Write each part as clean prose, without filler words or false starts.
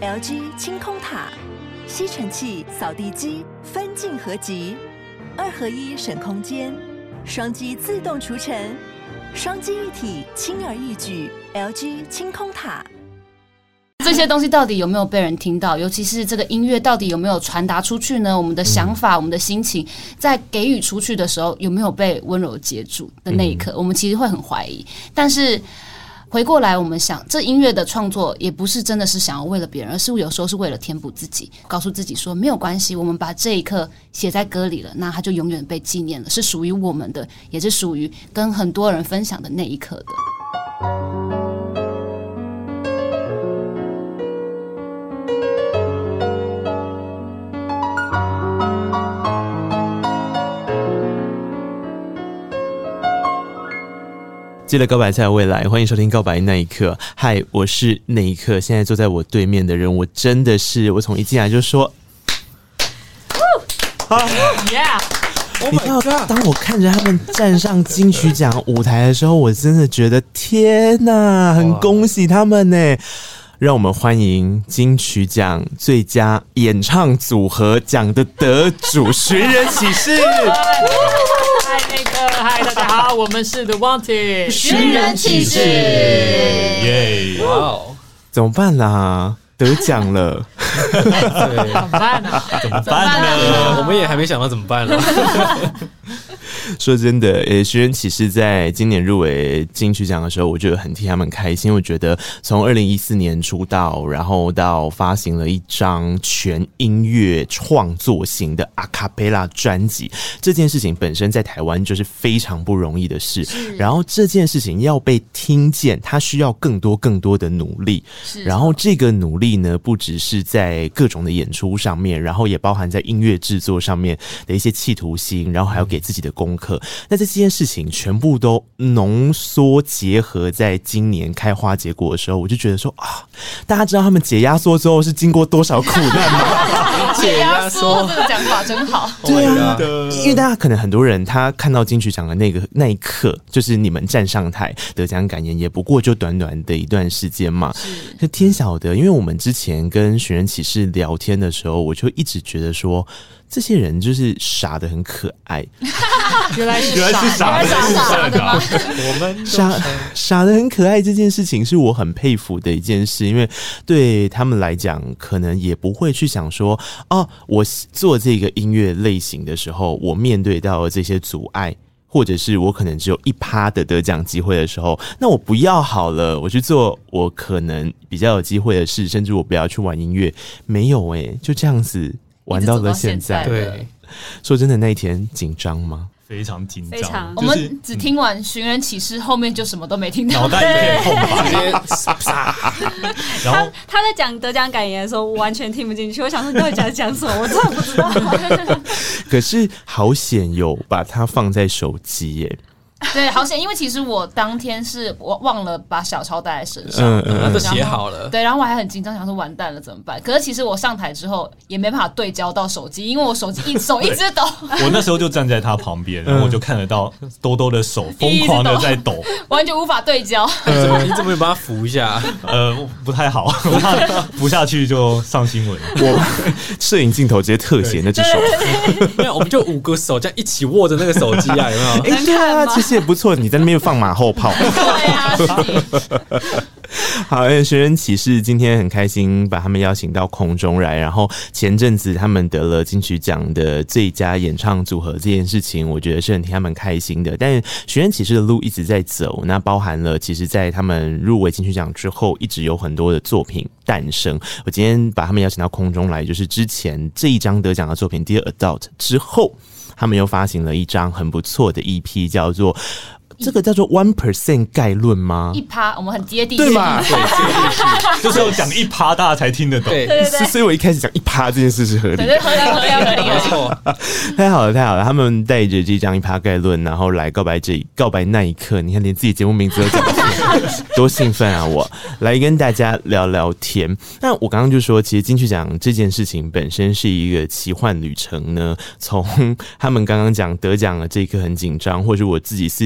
LG 清空塔，吸尘器、扫地机分镜合集，2合1省空间，双击自动除尘，双击一体轻而易举。LG 清空塔。 这些东西到底有没有被人听到？尤其是这个音乐到底有没有传达出去呢？我们的想法、我们的心情，在给予出去的时候，有没有被温柔接住的那一刻，我们其实会很怀疑。但是回过来，我们想，这音乐的创作也不是真的是想要为了别人，而是有时候是为了填补自己，告诉自己说没有关系，我们把这一刻写在歌里了，那它就永远被纪念了，是属于我们的，也是属于跟很多人分享的那一刻的。 记得告白才有未来，欢迎收听告白那一刻。嗨，我是那一刻，现在坐在我对面的人，我真的是，我从一进来就说你知道，当我看着他们站上金曲奖舞台的时候，我真的觉得天哪，很恭喜他们呢！让我们欢迎金曲奖最佳演唱组合奖的得主寻人启事。 嗨，大家好，我们是 The Wanted 寻人启事， 耶！哇， 怎么办啦？得奖了， 怎么办呢？我们也还没想到怎么办呢。 说真的，寻人启事在今年入围金曲奖的时候，我觉得很替他们开心。我觉得从2014年出道，然后到发行了一张全音乐创作型的阿卡贝拉专辑，这件事情本身在台湾就是非常不容易的事。然后这件事情要被听见，它需要更多的努力。然后这个努力呢，不只是在各种的演出上面，然后也包含在音乐制作上面的一些企图心，然后还要给自己的功课。那这件事情全部都浓缩结合在今年开花结果的时候，我就觉得说啊，大家知道他们解压缩之后是经过多少苦难吗？ 解压缩这个讲法真好。 对啊，因为大家可能很多人他看到金曲奖的那一刻，就是你们站上台得奖感言，也不过就短短的一段时间嘛。是天晓得，因为我们之前跟寻人启事聊天的时候，我就一直觉得说，这些人就是傻得很可爱。 原来是傻的吗？我们傻得很可爱这件事情是我很佩服的一件事，因为对他们来讲，可能也不会去想说，哦，我做这个音乐类型的时候，我面对到的这些阻碍，或者是我可能只有1%的得奖机会的时候，那我不要好了，我去做我可能比较有机会的事，甚至我不要去玩音乐，没有就这样子玩到了现在。 对， 说真的，那一天紧张吗？ 非常紧张， 我们只听完寻人启事，后面就什么都没听到， 脑袋一片空白。然后他在讲得奖感言的时候，我完全听不进去。我想说，你到底在讲什么？我真的不知道。 可是好险有把它放在手机耶。 对，好险，因为其实我当天是我忘了把小抄带在身上， 都写好了。 对，然后我还很紧张，想说完蛋了怎么办？可是其实我上台之后也没办法对焦到手机，因为我手机手一直抖。 我那时候就站在他旁边，然后我就看得到兜兜的手疯狂的在抖， 完全无法对焦。 你怎么没帮他扶一下？ 不太好，我怕扶下去就上新闻。 我摄影镜头直接特写那只手， 没有，我们就5个手这样一起握着那个手机啊，有没有？ 对啊，其实也不错，你在那边放马后炮。 对啊， 好，寻人启事今天很开心把他们邀请到空中来，然后前阵子他们得了金曲奖的最佳演唱组合这件事情，我觉得是很替他们开心的。但寻人启事的路一直在走，那包含了其实在他们入围金曲奖之后，一直有很多的作品诞生。我今天把他们邀请到空中来，就是之前这一张得奖的作品《Dear Adult》之后，他们又发行了一张很不错的 EP， 叫做这个叫做 1% 概论吗 ？1%，我们很接地气， 对吧？ 对，就是要讲1%，大家才听得懂。 对， 所以我一开始讲1%这件事是合理的， 对，合理， 没错。 太好了，他们带着这张1%概论，然后来告白那一刻，你看连自己节目名字都讲错，多兴奋啊！我来跟大家聊聊天。那我刚刚就说，其实金曲奖这件事情本身是一个奇幻旅程呢。从他们刚刚讲得奖的这一刻很紧张，或者我自己私讯一直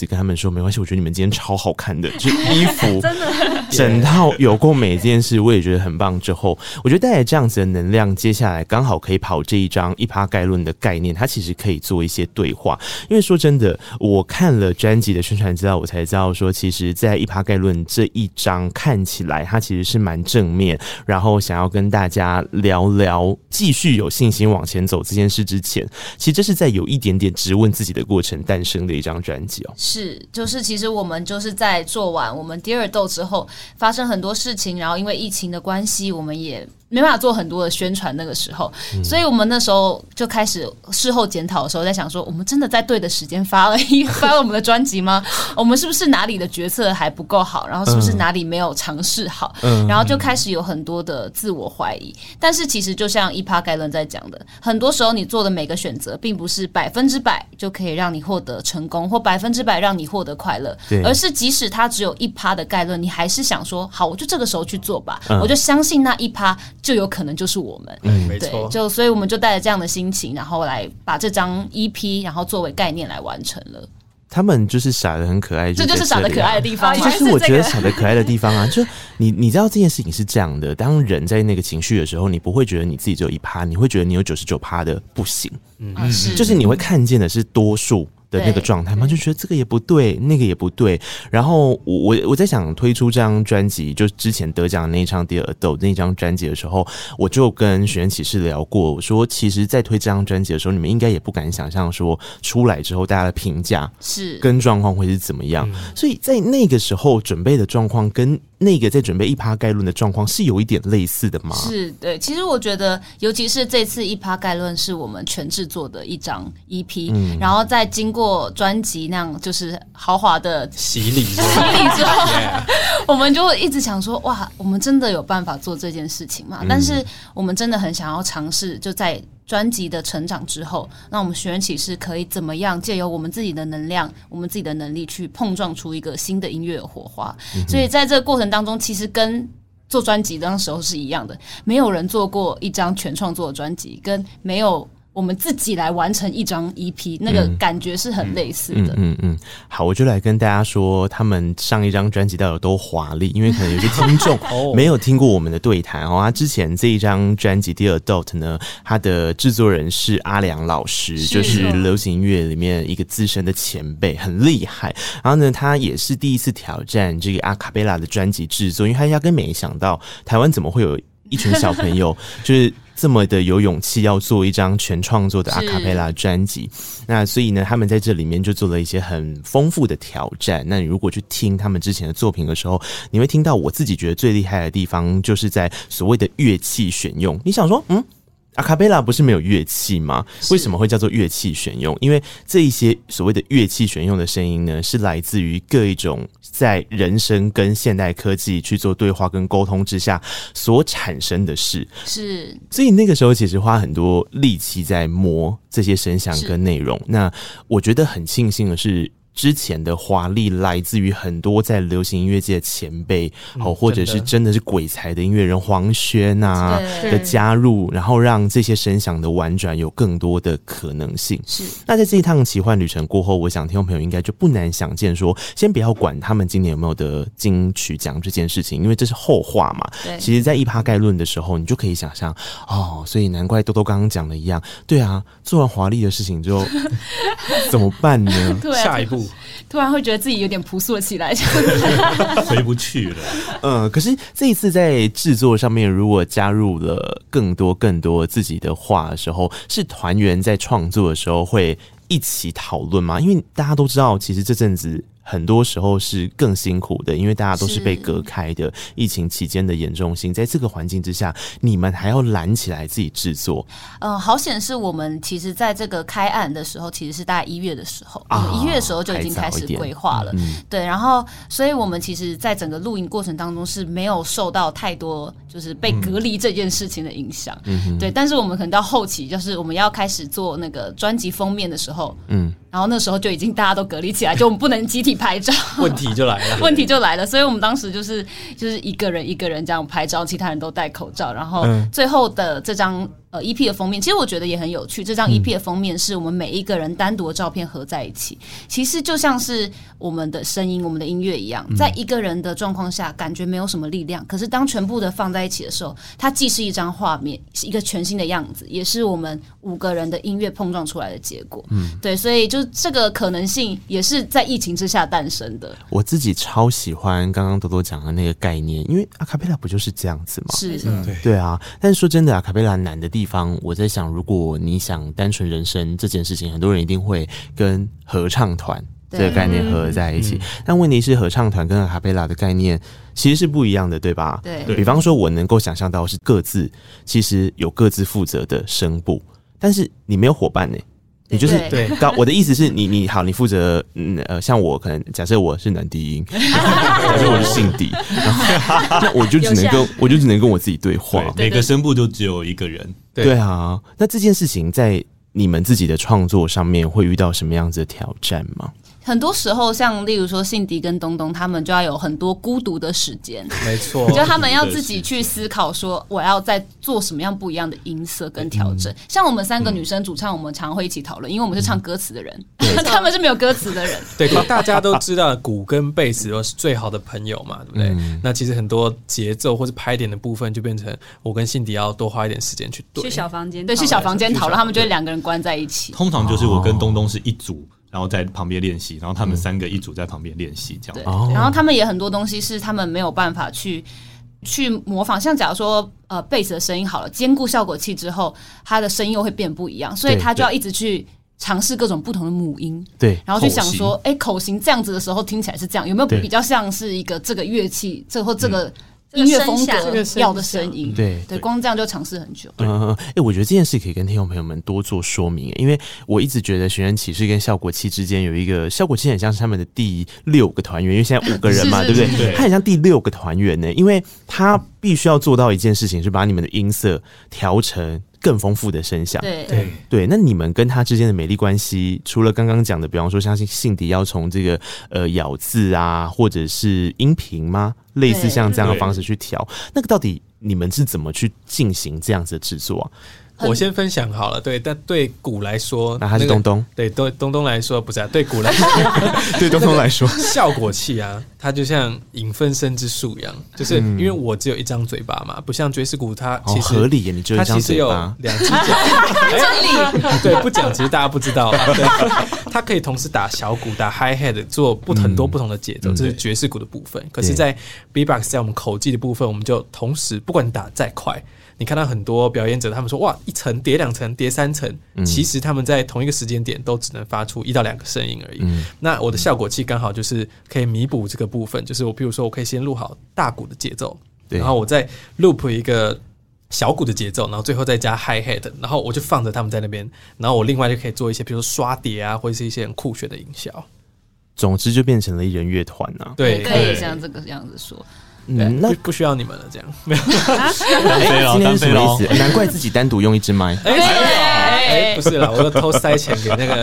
跟他们说没关系，我觉得你们今天超好看的，就衣服真的整套有够美这件事，我也觉得很棒。之后我觉得带来这样子的能量，接下来刚好可以跑这一张一趴概论的概念，它其实可以做一些对话。因为说真的，我看了专辑的宣传资料，我才知道说，其实在一趴概论这一张看起来它其实是蛮正面，然后想要跟大家聊聊继续有信心往前走这件事之前，其实这是在有一点点质问自己的过程诞生的一张专辑哦。 是，就是其实我们就是在做完我们第二豆之后，发生很多事情，然后因为疫情的关系，我们也没办法做很多的宣传，那个时候，所以我们那时候就开始事后检讨的时候，在想说，我们真的在对的时间发了我们的专辑吗？我们是不是哪里的决策还不够好？然后是不是哪里没有尝试好？然后就开始有很多的自我怀疑。但是其实就像一趴概论在讲的，很多时候你做的每个选择，并不是100%就可以让你获得成功，或100%让你获得快乐，而是即使它只有1%的概论，你还是想说，好，我就这个时候去做吧，我就相信那1%。就有可能就是我们， 没错， 就所以我们就带着这样的心情，然后来把这张 EP， 然后作为概念来完成了。 他们就是傻得很可爱， 这就是傻得可爱的地方， 就是我觉得傻得可爱的地方啊！就你知道这件事情是这样的，当人在那个情绪的时候，你不会觉得你自己只有1%，你会觉得你有99%的不行，就是你会看见的是多数的那个状态嘛，就觉得这个也不对，那个也不对。然后我在想推出这张专辑，就之前得奖的那一张《Dear Adult》那张专辑的时候，我就跟学员启事聊过，我说其实在推这张专辑的时候，你们应该也不敢想象说出来之后大家的评价是跟状况会是怎么样，所以在那个时候准备的状况跟那个在准备一趴概论的状况是有一点类似的吗？是， 对。其实我觉得，尤其是这次一趴概论是我们全制作的一张 EP，然后再经过专辑那样就是豪华的洗礼之后， 我们就一直想说，哇，我们真的有办法做这件事情吗？但是我们真的很想要尝试，就在专辑的成长之后，那我们学员启事可以怎么样借由我们自己的能量，我们自己的能力去碰撞出一个新的音乐火花。所以在这个过程当中，其实跟做专辑的那时候是一样的，没有人做过一张全创作的专辑，跟没有我们自己来完成一张 EP， 那个感觉是很类似的。 好，我就来跟大家说，他们上一张专辑到底有多华丽，因为可能有些听众没有听过我们的对谈哦。他之前这一张专辑《Dear Adult》呢，他的制作人是阿良老师，就是流行音乐里面一个资深的前辈，很厉害。然后呢，他也是第一次挑战这个阿卡贝拉的专辑制作，因为他压根没想到台湾怎么会有一群小朋友就是这么的有勇气要做一张全创作的阿卡贝拉专辑。那所以呢，他们在这里面就做了一些很丰富的挑战。那你如果去听他们之前的作品的时候，你会听到我自己觉得最厉害的地方，就是在所谓的乐器选用。你想说，阿卡贝拉不是没有乐器吗？为什么会叫做乐器选用？因为这一些所谓的乐器选用的声音呢，是来自于各一种在人声跟现代科技去做对话跟沟通之下所产生的事。是，所以那个时候其实花很多力气在磨这些声响跟内容。那我觉得很庆幸的是，之前的华丽来自于很多在流行音乐界的前辈，或者是真的是鬼才的音乐人黄轩啊的加入，然后让这些声响的婉转有更多的可能性。是，那在这一趟奇幻旅程过后，我想听众朋友应该就不难想见说，先不要管他们今年有没有得金曲奖这件事情，因为这是后话嘛。其实在一趴概论的时候，你就可以想象所以难怪多多刚刚讲的一样，对啊，做完华丽的事情之后怎么办呢？ 下一步突然会觉得自己有点朴素了起来， 回不去了。 可是这一次在制作上面，如果加入了更多自己的话的时候，是团员在创作的时候会一起讨论吗？因为大家都知道，其实这阵子很多时候是更辛苦的，因为大家都是被隔开的，疫情期间的严重性，在这个环境之下，你们还要揽起来自己制作。 好险是我们其实在这个开案的时候，其实是大概1月的时候，1月的时候就已经开始规划了。对，然后所以我们其实在整个录音过程当中是没有受到太多就是被隔离这件事情的影响。对，但是我们可能到后期，就是我们要开始做那个专辑封面的时候，然后那时候就已经大家都隔离起来，就我们不能集体拍照， 问题就来了。 所以我们当时就是一个人一个人这样拍照，其他人都戴口罩，然后最后的这张 EP 的封面，其实我觉得也很有趣。这张 EP 的封面是我们每一个人单独的照片合在一起，其实就像是我们的声音、我们的音乐一样，在一个人的状况下，感觉没有什么力量。可是当全部的放在一起的时候，它既是一张画面，是一个全新的样子，也是我们5个人的音乐碰撞出来的结果。对，所以就这个可能性也是在疫情之下诞生的。 我自己超喜欢刚刚多多讲的那个概念，因为阿卡贝拉不就是这样子吗？ 是， 对啊。但是说真的，阿卡贝拉难的地方，我在想，如果你想单纯人声这件事情，很多人一定会跟合唱团这个概念合在一起。但问题是，合唱团跟阿卡贝拉的概念其实是不一样的，对吧？ 对。 比方说，我能够想象到是各自其实有各自负责的声部，但是你没有伙伴呢。你就是对， 我的意思是你好，你负责像我可能假设我是男低音，假设我是性低，那我就只能跟我自己对话， 每个声部就只有一个人。 对啊，那这件事情在你们自己的创作上面会遇到什么样子的挑战吗？ 很多时候，像例如说信迪跟东东，他们就要有很多孤独的时间， 没错， 就他们要自己去思考说，我要再做什么样不一样的音色跟调整。像我们3个女生主唱，我们常会一起讨论，因为我们是唱歌词的人，他们是没有歌词的人。 对，大家都知道鼓跟贝斯都是最好的朋友嘛，对不对？那其实很多节奏或是拍点的部分，就变成我跟信迪要多花一点时间去对。 去小房间， 对，去小房间讨论，他们就会2个人关在一起。 通常就是我跟东东是一组。然后在旁边练习，然后他们3个一组在旁边练习，这样。 然后他们也很多东西是他们没有办法去模仿，像假如说贝斯的声音好了，兼顾效果器之后，他的声音又会变不一样，所以他就要一直去尝试各种不同的母音， 对， 然后去想说，口型这样子的时候听起来是这样，有没有比较像是一个这个乐器，这或这个音乐风格要的声音？对，光这样就尝试很久。 我觉得这件事可以跟听众朋友们多做说明，因为我一直觉得寻人启事跟效果器之间有一个，效果器很像是他们的第6个团员，因为现在5个人嘛，对不对？它很像第6个团员呢，因为他必须要做到一件事情，是把你们的音色调成更丰富的声响。对，那你们跟他之间的美丽关系，除了刚刚讲的，比方说像信迪要从这个咬字啊，或者是音频吗？类似像这样的方式去调，那个到底你们是怎么去进行这样子的制作啊？ 我先分享好了，对，但对鼓来说， 那他是东东， 对东东来说不是啊，对鼓来说， 对东东来说， 效果器啊，它就像引分身之术一样，就是因为我只有一张嘴巴嘛，不像爵士鼓，它其实合理耶，你只有一张嘴巴， 它其实有2只脚，对，不讲其实大家不知道啦，对，它可以同时打小鼓、打 hi hat， 做很多不同的节奏，这是爵士鼓的部分。可是，在 B-box 在我们口技的部分，我们就同时不管你打再快。你看到很多表演者，他们说哇，1层叠2层叠3层，其实他们在同一个时间点都只能发出1到2个声音而已。那我的效果器刚好就是可以弥补这个部分，就是我比如说我可以先录好大鼓的节奏，然后我再 loop 一个小鼓的节奏，然后最后再加 hi hat， 然后我就放着他们在那边，然后我另外就可以做一些比如说刷碟啊，或者是一些很酷炫的音效。 总之就变成了1人乐团啊。 对，可以像这个样子说。 那不需要你们了，这样没有。 今天是什么意思？难怪自己单独用1支麦。 不是啦，我都偷塞钱给那个。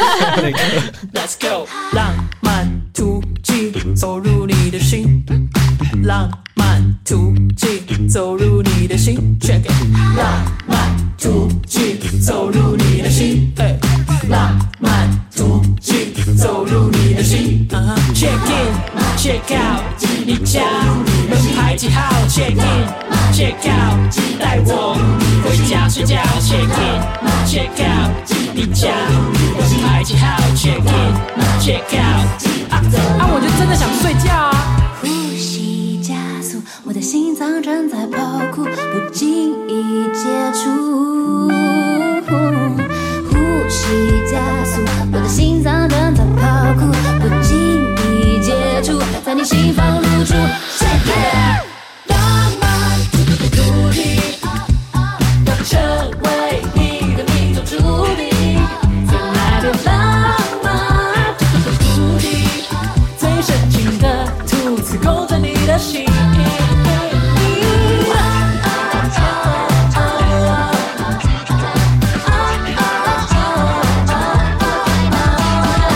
Let's go， 浪漫途径走入你的心，浪漫途径走入你的心 ，check it， 浪漫途径走入你的心，浪漫途径走入你的心 ，check in，check out。你家门牌几号 ？Check in, check out， 带我回家睡觉。Check in, check out， 你家门牌几号 ？Check in, check out。我就真的想睡觉啊！ 呼吸加速，我的心脏正在跑酷，不经意接触。呼吸加速，我的心脏正在跑酷，不经意接触，在你心房露出。浪漫土地，要成为你的命中注定，再来点浪漫土地，最深情的兔子勾着你的心。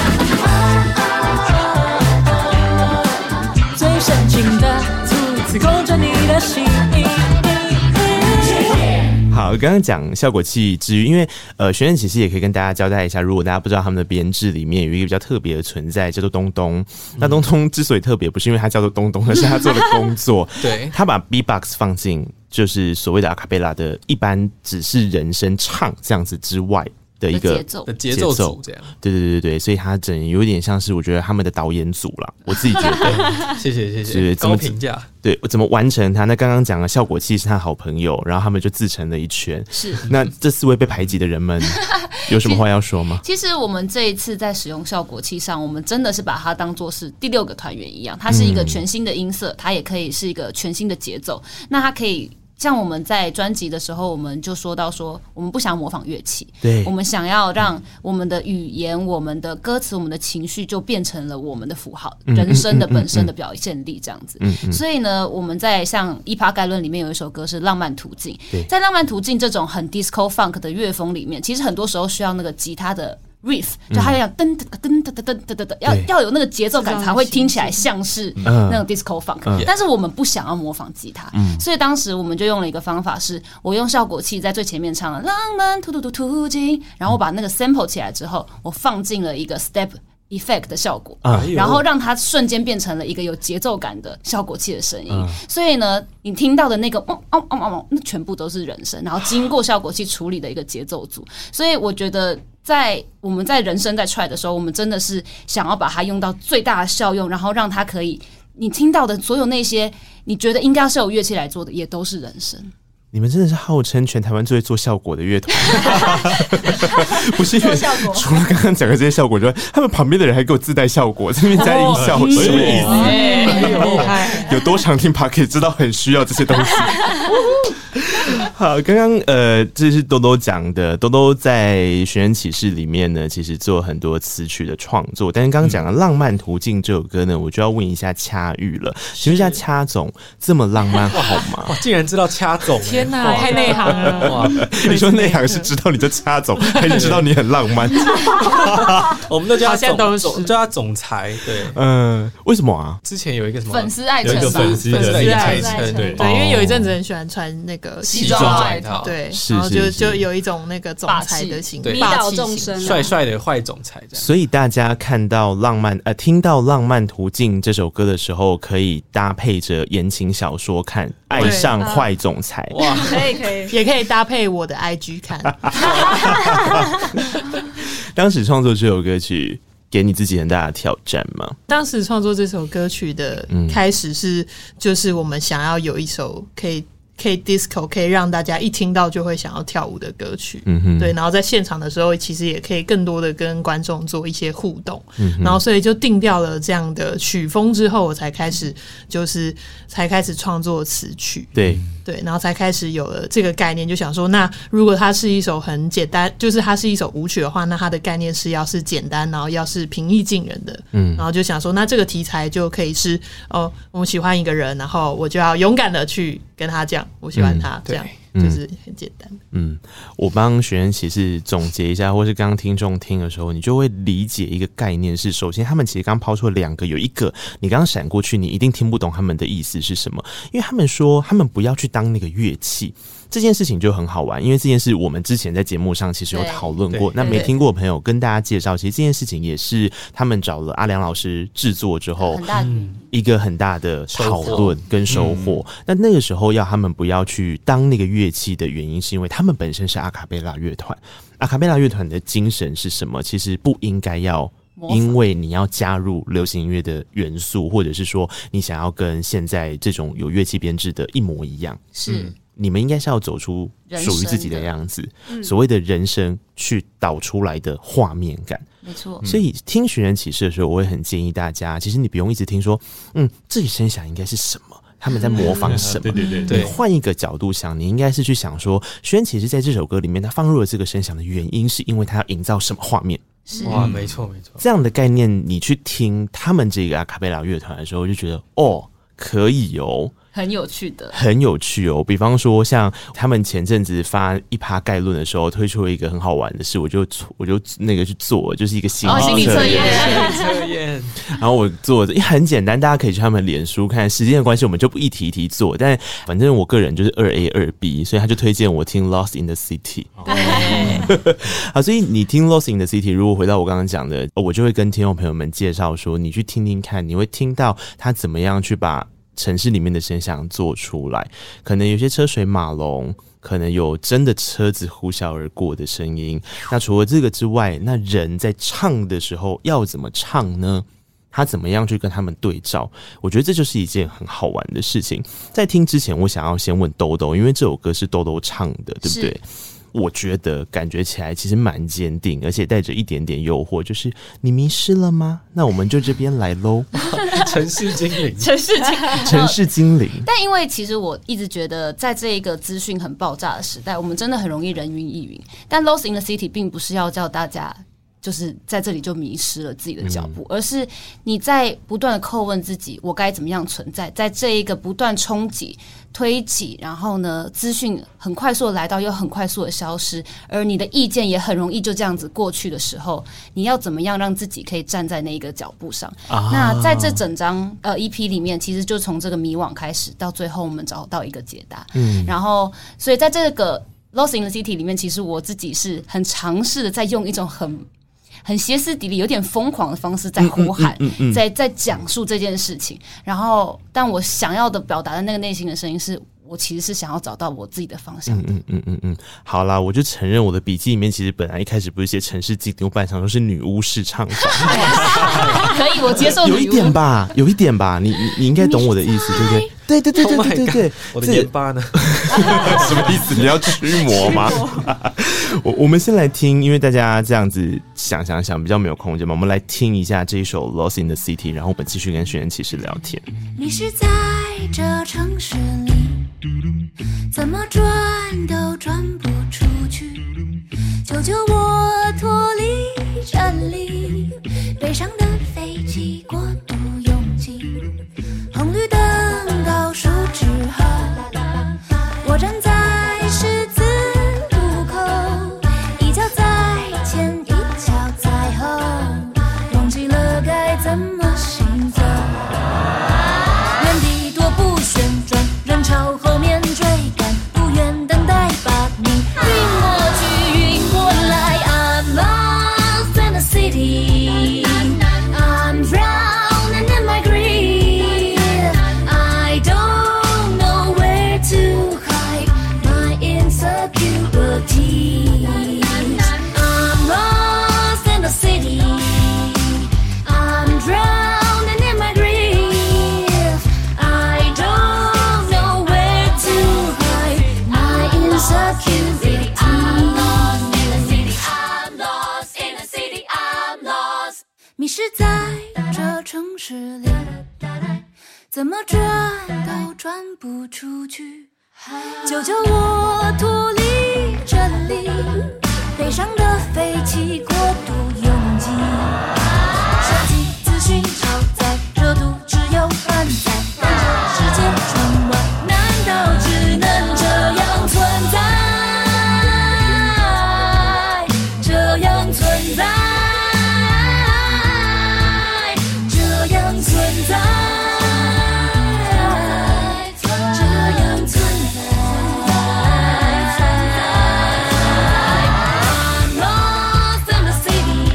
最深情的兔子勾刚刚讲效果器之余，因为学院其实也可以跟大家交代一下，如果大家不知道他们的编制里面有一个比较特别的存在，叫做东东。那东东之所以特别，不是因为他叫做东东，而是他做的工作。 对， 他把 B-box 放进就是所谓的阿卡贝拉的一般只是人声唱这样子之外的一个节奏组这样。 对，所以他有点像是我觉得他们的导演组啦，我自己觉得。 谢谢，高评价。 对，怎么完成它？那刚刚讲了效果器是他好朋友，然后他们就自成了一圈。 是， 那这4位被排挤的人们有什么话要说吗？ 其实我们这一次在使用效果器上，我们真的是把它当作是第6个团员一样，它是一个全新的音色，它也可以是一个全新的节奏。那它可以。像我们在专辑的时候，我们就说到说，我们不想模仿乐器， 对， 我们想要让我们的语言、我们的歌词、我们的情绪就变成了我们的符号，人生的本身的表现力这样子。所以呢，我们在像《一趴概论》里面有一首歌是《浪漫途径》，在《浪漫途径》这种很 disco funk 的乐风里面，其实很多时候需要那个吉他的。riff 就它要噔噔噔噔噔噔噔，要有那个节奏感才会听起来像是那种 disco funk，但是我们不想要模仿吉他，所以当时我们就用了一个方法，是我用效果器在最前面唱了浪漫途径，然后我把那个 sample 起来之后，我放进了一个 step effect 的效果，然后让它瞬间变成了一个有节奏感的效果器的声音。所以呢，你听到的那个那全部都是人声，然后经过效果器处理的一个节奏组。所以我觉得。我们在人声在 try 的时候，我们真的是想要把它用到最大的效用，然后让它可以，你听到的所有那些你觉得应该是有乐器来做的，也都是人声。 你们真的是号称全台湾最会做效果的乐团，不是因为除了刚刚讲的这些效果之外，他们旁边的人还给我自带效果，这边加音效，什么意思？有多常听 Podcast 知道很需要这些东西。好，刚刚这是兜兜讲的，兜兜在《寻人启事》里面呢，其实做很多词曲的创作，但是刚刚讲的《浪漫途径》这首歌呢，我就要问一下掐玉了，请问一下掐总，这么浪漫好吗？ 哇，竟然知道掐总， 天哪，太内行了！ 哇， 你说内行是知道你叫掐总，还是知道你很浪漫？ 我们都叫他都叫他总裁，对， 为什么啊？ 之前有一个什么粉丝爱称， 有一个粉丝的爱称，对， 因为有一阵子很喜欢穿那个西装外套， 对，然后就有一种那个总裁的形象， 迷倒众生， 帅帅的坏总裁这样。 所以大家看到听到《浪漫途径》这首歌的时候，可以搭配着言情小说看，爱上坏总裁。 哇， 可以，也可以搭配我的 IG 看。 当时创作这首歌曲，给你自己很大的挑战吗？ 当时创作这首歌曲的开始就是我们想要有一首可以 disco 可以让大家一听到就会想要跳舞的歌曲，对，然后在现场的时候其实也可以更多的跟观众做一些互动，然后所以就定调了这样的曲风之后，我才开始创作词曲，对，然后才开始有了这个概念，就想说，那如果它是一首很简单，就是它是一首舞曲的话，那它的概念是要是简单，然后要是平易近人的，然后就想说，那这个题材就可以是我们喜欢一个人，然后我就要勇敢的去跟他讲我喜欢他，这样就是很简单的。 我帮学员其实总结一下，或是刚刚听众听的时候，你就会理解一个概念是，首先他们其实刚抛出了2个，有一个你刚刚闪过去，你一定听不懂他们的意思是什么，因为他们说他们不要去当那个乐器。这件事情就很好玩，因为这件事我们之前在节目上其实有讨论过。那没听过的朋友跟大家介绍，其实这件事情也是他们找了阿良老师制作之后，一个很大的讨论跟收获。那个时候要他们不要去当那个乐器的原因，是因为他们本身是阿卡贝拉乐团。阿卡贝拉乐团的精神是什么？其实不应该要。因为你要加入流行音乐的元素，或者是说你想要跟现在这种有乐器编制的一模一样，你们应该是要走出属于自己的样子，所谓的人生去导出来的画面感， 没错。 所以听寻人启事的时候，我会很建议大家，其实你不用一直听说，这里声响应该是什么。他们在模仿什么？对，你换一个角度想，你应该是去想说，寻人启事在这首歌里面，他放入了这个声响的原因，是因为他要营造什么画面？ 哇，没错。 这样的概念，你去听他们这个阿卡贝拉乐团的时候，就觉得可以很有趣的， 很有趣哦。比方说，像他们前阵子发一趴概论的时候，推出了一个很好玩的事，我就那个去做，就是一个心理测验。 测验， 然后我做的也很简单，大家可以去他们脸书看。时间的关系，我们就不一题一题做。但反正我个人就是2A 2B， 所以他就推荐我听 Lost in the City。对，好，所以你听 Lost in the City， 如果回到我刚刚讲的，我就会跟听众朋友们介绍说，你去听听看，你会听到他怎么样去把城市里面的声响做出来，可能有些车水马龙，可能有真的车子呼啸而过的声音。那除了这个之外，那人在唱的时候要怎么唱呢？他怎么样去跟他们对照？我觉得这就是一件很好玩的事情。在听之前，我想要先问豆豆，因为这首歌是豆豆唱的，对不对？我觉得感觉起来其实蛮坚定，而且带着一点点诱惑，就是你迷失了吗？那我们就这边来咯。 城市精灵， 城市精灵。 但因为其实我一直觉得，在这一个资讯很爆炸的时代，我们真的很容易人云亦云。但 Lost in the City 并不是要叫大家就是在这里就迷失了自己的脚步，而是你在不断的叩问自己，我该怎么样存在，在这一个不断冲击、推挤，然后呢，资讯很快速的来到，又很快速的消失，而你的意见也很容易就这样子过去的时候，你要怎么样让自己可以站在那一个脚步上？那在这整张EP 里面，其实就从这个迷惘开始，到最后我们找到一个解答。然后所以在这个 Lost in the City 里面，其实我自己是很尝试的在用一种很歇斯底里、有点疯狂的方式在呼喊，在讲述这件事情。然后，但我想要的表达的那个内心的声音是，我其实是想要找到我自己的方向的。 好啦，我就承认我的笔记里面其实本来一开始不是写城市精灵，我本来想说是女巫式唱法。 可以，我接受女巫。 有一点吧，你应该懂我的意思，对不对？对， 我的盐巴呢？ 什么意思？你要驱魔吗？我们先来听，因为大家这样子想比较没有空间嘛，我们来听一下这一首 Lost in the City， 然后我们继续跟寻人启事聊天。 迷失在这城市里，怎么转都转不出去，求救我脱离这里，悲伤的飞机过度拥挤，红绿灯倒数之后，我站在十字路口，一脚在前一脚在后，忘记了该怎么行走，原地踱步旋转，人潮后面追赶，不愿等待把你晕过去晕过来。 I'm lost in the city, I'm drowning in my grief, I don't know where to hide my insecurities. I'm lost in the city, I'm drowning in my grief, I don't know where to hide my insecurities. I'm lost in the city, I'm lost in the city, I'm lost. 迷失在这城市里，怎么转都转不出去，救救我脱离这里，悲伤的飞机过度拥挤，手机资讯超载，热度只有半载，跟着时间转弯，难道只能这样存在？这样存在，这样存在，这样存在。I'm lost in the city,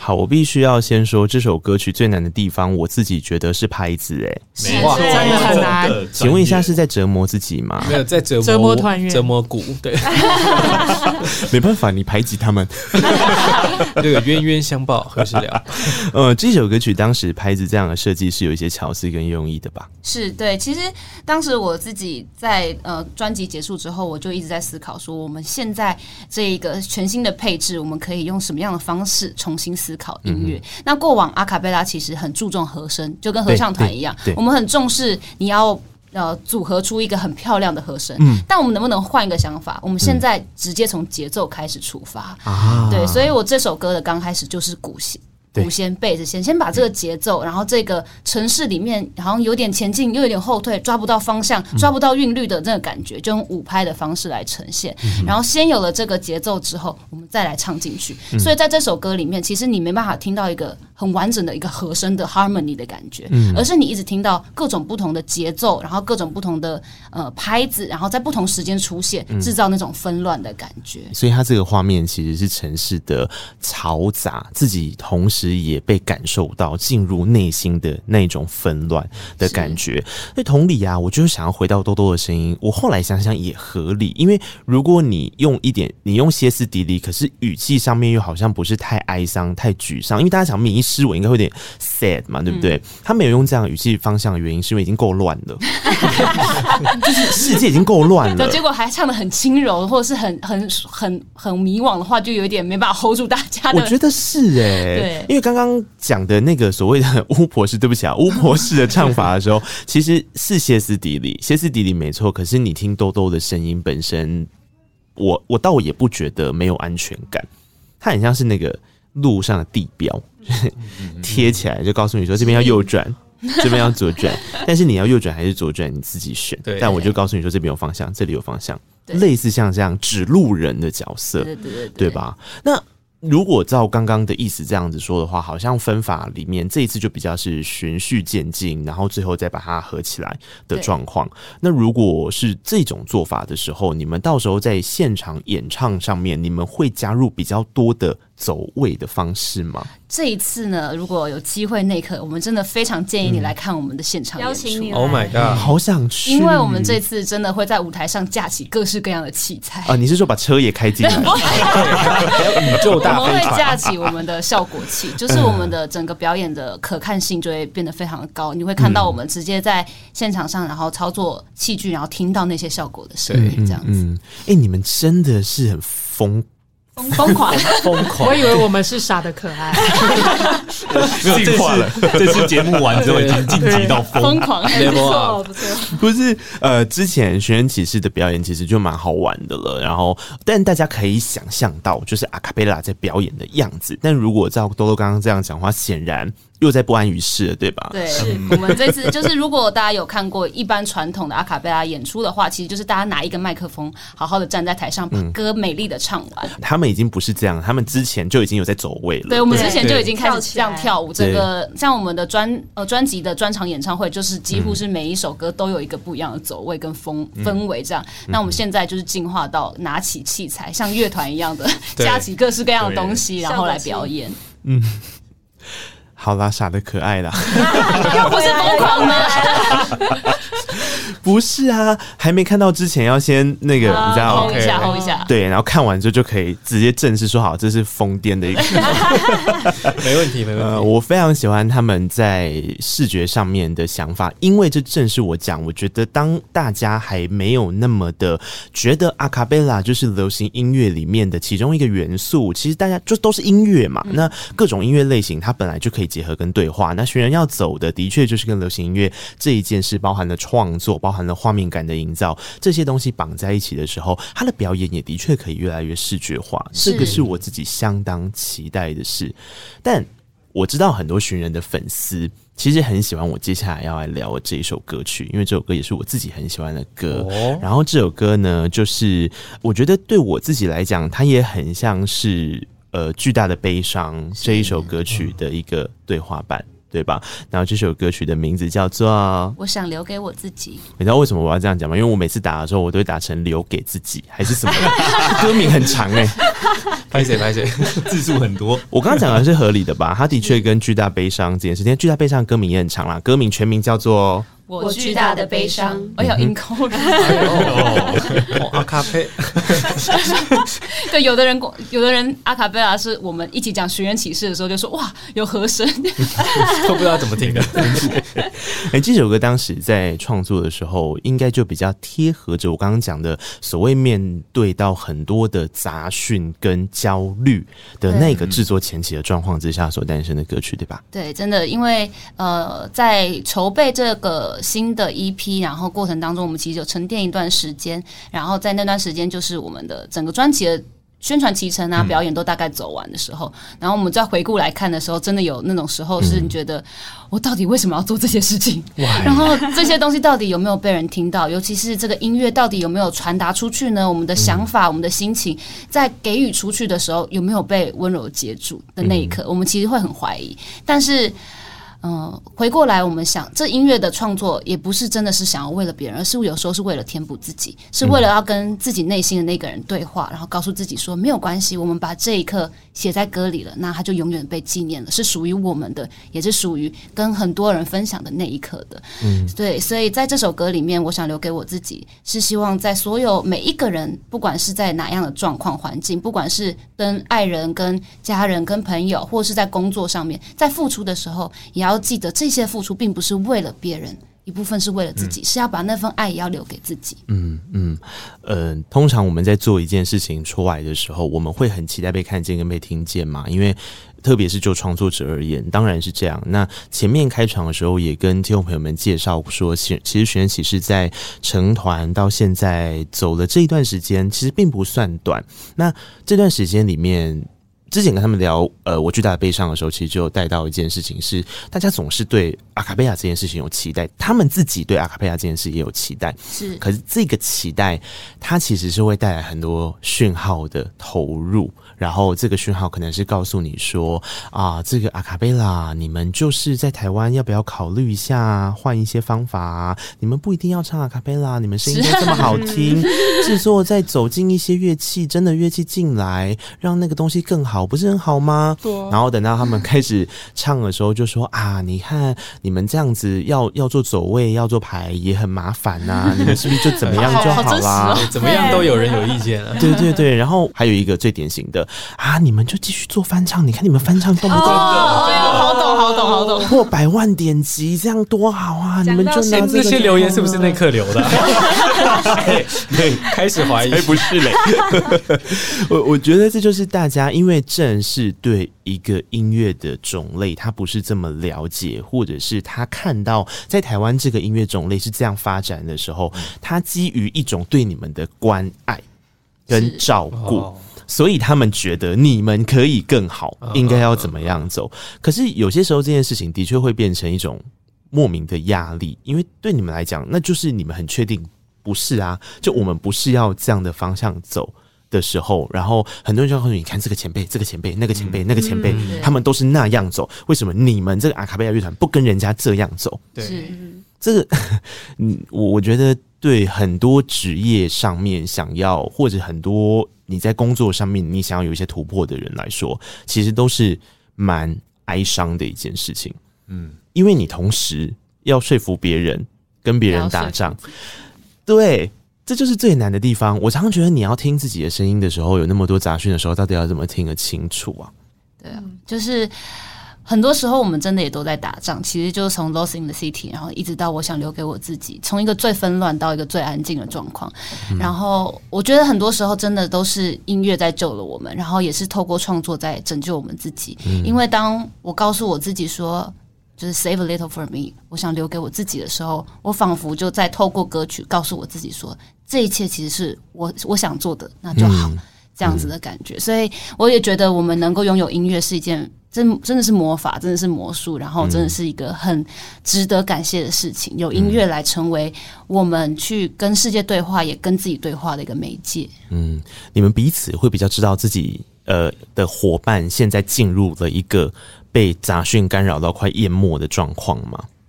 好，我必须要先说这首歌曲最难的地方，我自己觉得是拍子哇， 真的很难。 请问一下，是在折磨自己吗？ 没有在折磨团员、 折磨鼓，对， 没办法，你排挤他们。 这个冤冤相报何时了？ 这首歌曲当时拍子这样的设计是有一些巧思跟用意的吧？ 是对，其实当时我自己在专辑结束之后，我就一直在思考说，我们现在这一个全新的配置，我们可以用什么样的方式重新思考音乐？那过往阿卡贝拉其实很注重和声，就跟合唱团一样，我们很重视你要组合出一个很漂亮的和声。但我们能不能换一个想法？我们现在直接从节奏开始出发。对，所以我这首歌的刚开始就是鼓先贝斯先把这个节奏，然后这个城市里面好像有点前进又有点后退，抓不到方向，抓不到韵律的那个感觉，就用5拍的方式来呈现。然后先有了这个节奏之后，我们再来唱进去。所以在这首歌里面，其实你没办法听到一个很完整的一个和声的 harmony 的感觉，而是你一直听到各种不同的节奏，然后各种不同的拍子，然后在不同时间出现，制造那种纷乱的感觉。 所以它这个画面其实是城市的嘈杂，自己同时也被感受到进入内心的那种纷乱的感觉。所以同理啊，我就是想要回到多多的声音，我后来想想也合理，因为如果你用歇斯底里，可是语气上面又好像不是太哀伤太沮丧，因为大家想迷失我应该会有点 sad 嘛，对不对？他没有用这样的语气方向的原因是因为已经够乱了。就是世界已经够乱了， 结果还唱得很轻柔，或者是很迷惘的话，就有点没办法 hold 住大家的。 我觉得是对，因为刚刚讲的那个所谓的巫婆式，对不起啊，巫婆式的唱法的时候，其实是歇斯底里没错。可是你听兜兜的声音本身，我倒也不觉得没有安全感，它很像是那个路上的地标，贴起来就告诉你说这边要右转。这边要左转，但是你要右转还是左转，你自己选。但我就告诉你说，这边有方向，这里有方向，类似像这样指路人的角色，对吧？那如果照刚刚的意思这样子说的话，好像分法里面这一次就比较是循序渐进，然后最后再把它合起来的状况。那如果是这种做法的时候，你们到时候在现场演唱上面，你们会加入比较多的走位的方式吗？ 这一次呢，如果有机会那一刻，我们真的非常建议你来看我们的现场演出。 邀请你 ，Oh my god， 好想去！ 因为我们这次真的会在舞台上架起各式各样的器材啊！你是说把车也开进来？ 还有宇宙大飞船， 我们会架起我们的效果器，就是我们的整个表演的可看性就会变得非常的高。你会看到我们直接在现场上，然后操作器具，然后听到那些效果的声音，这样子。 你们真的是很疯狂， 我以为我们是傻的可爱， 没有进化了。这次节目完之后已经晋级到疯狂， 不错。 不是之前寻人启事的表演其实就蛮好玩的了，然后但大家可以想象到就是阿卡贝拉在表演的样子，但如果照多多刚刚这样讲话，显然又在不安于世了，对吧？ 对，我们这次就是如果大家有看过一般传统的阿卡贝拉演出的话，其实就是大家拿一个麦克风，好好的站在台上，把歌美丽的唱完。 他们已经不是这样，他们之前就已经有在走位了。 对，我们之前就已经开始这样跳舞。整个像我们的专辑的专场演唱会，就是几乎是每一首歌都有一个不一样的走位跟氛围这样。那我们现在就是进化到拿起器材，像乐团一样的加起各式各样的东西，然后来表演。 好啦，傻的可爱啦， 又不是疯狂的。 不是啊，还没看到之前要先那个，你知道 hold 一下， 对，然后看完之后就可以直接正式说好，这是疯癫的一个， 没问题。 我非常喜欢他们在视觉上面的想法，因为这正是我觉得当大家还没有那么的觉得阿卡贝拉就是流行音乐里面的其中一个元素，其实大家就都是音乐嘛，那各种音乐类型它本来就可以结合跟对话，那寻人要走的确就是跟流行音乐这一件事包含了创作，包含了画面感的营造，这些东西绑在一起的时候，他的表演也的确可以越来越视觉化，这个是我自己相当期待的事。但我知道很多寻人的粉丝其实很喜欢我接下来要来聊的这一首歌曲，因为这首歌也是我自己很喜欢的歌。然后这首歌呢，就是我觉得对我自己来讲，它也很像是巨大的悲伤这一首歌曲的一个对话版。对吧？然后这首歌曲的名字叫做《 我想留给我自己》。 你知道为什么我要这样讲吗？因为我每次打的时候，我都会打成留给自己还是什么歌名很长拍谁， 字数很多。 我刚刚讲的是合理的吧？他的确跟巨大悲伤这件事情，巨大悲伤歌名也很长啦，歌名全名叫做我巨大的悲伤，我有音控人。 阿卡佩， 对，有的人阿卡贝拉是我们一起讲寻人启事的时候就说哇有和声， 都不知道怎么听的。 这首歌当时在创作的时候，应该就比较贴合着我刚刚讲的所谓面对到很多的杂讯跟焦虑的那个制作前期的状况之下所诞生的歌曲，对吧？ 对，真的，因为在筹备这个新的 EP， 然后过程当中，我们其实有沉淀一段时间，然后在那段时间就是我们的整个专辑的宣传期程啊，表演都大概走完的时候，然后我们再回顾来看的时候，真的有那种时候是你觉得我到底为什么要做这些事情？然后这些东西到底有没有被人听到？尤其是这个音乐到底有没有传达出去呢？我们的想法、我们的心情，在给予出去的时候，有没有被温柔接住的那一刻，我们其实会很怀疑。但是回过来，我们想，这音乐的创作也不是真的是想要为了别人，而是有时候是为了填补自己，是为了要跟自己内心的那个人对话，然后告诉自己说，没有关系，我们把这一刻写在歌里了，那它就永远被纪念了，是属于我们的，也是属于跟很多人分享的那一刻的。对，所以在这首歌里面，我想留给我自己，是希望在所有每一个人，不管是在哪样的状况环境，不管是跟爱人、跟家人、跟朋友，或是在工作上面，在付出的时候，也要记得这些付出并不是为了别人，一部分是为了自己，是要把那份爱也要留给自己。 通常我们在做一件事情出来的时候，我们会很期待被看见跟被听见嘛，因为特别是就创作者而言，当然是这样。那前面开场的时候也跟听众朋友们介绍说，其实寻人启事在成团到现在走了这一段时间，其实并不算短。那这段时间里面，之前跟他们聊我巨大的悲伤的时候，其实就有带到一件事情是，大家总是对阿卡贝拉这件事情有期待，他们自己对阿卡贝拉这件事也有期待， 是。 可是这个期待，它其实是会带来很多讯号的投入，然后这个讯号可能是告诉你说啊，这个阿卡贝拉，你们就是在台湾要不要考虑一下换一些方法啊？你们不一定要唱阿卡贝拉，你们声音都这么好听，制作再走进一些乐器，真的乐器进来，让那个东西更好。不是很好吗？然后等到他们开始唱的时候，就说啊，你看你们这样子要做走位，要做排也很麻烦啊，你们是不是就怎么样就好啦？ 怎么样都有人有意见啊。 对对对，然后还有一个最典型的啊，你们就继续做翻唱，你看你们翻唱动不动好懂， 破100万点击，这样多好啊！你们就拿这个这些留言是不是那刻留的？ 对， 开始怀疑， 不是嘞。我觉得这就是大家因为正是对一个音乐的种类他不是这么了解，或者是他看到在台湾这个音乐种类是这样发展的时候，他基于一种对你们的关爱跟照顾，所以他们觉得你们可以更好，应该要怎么样走。可是有些时候这件事情的确会变成一种莫名的压力，因为对你们来讲那就是你们很确定不是啊，就我们不是要这样的方向走的时候，然后很多人就告诉你看这个前辈、这个前辈、那个前辈、那个前辈，他们都是那样走，为什么你们这个阿卡贝拉乐团不跟人家这样走？ 对， 这个我觉得对很多职业上面想要，或者很多你在工作上面你想要有一些突破的人来说，其实都是蛮哀伤的一件事情。因为你同时要说服别人，跟别人打仗，对。这就是最难的地方。我常常觉得你要听自己的声音的时候，有那么多杂讯的时候，到底要怎么听得清楚啊？ 对啊，就是很多时候我们真的也都在打仗，其实就是从 Lost in the City， 然后一直到我想留给我自己，从一个最纷乱到一个最安静的状况。然后我觉得很多时候真的都是音乐在救了我们，然后也是透过创作在拯救我们自己。因为当我告诉我自己说，就是 save a little for me， 我想留给我自己的时候，我仿佛就在透过歌曲告诉我自己说，这一切其实是我想做的，那就好，这样子的感觉。所以我也觉得我们能够拥有音乐是一件真的是魔法，真的是魔术，然后真的是一个很值得感谢的事情。有音乐来成为我们去跟世界对话，也跟自己对话的一个媒介。 你们彼此会比较知道自己的伙伴现在进入了一个被杂讯干扰到快淹没的状况吗？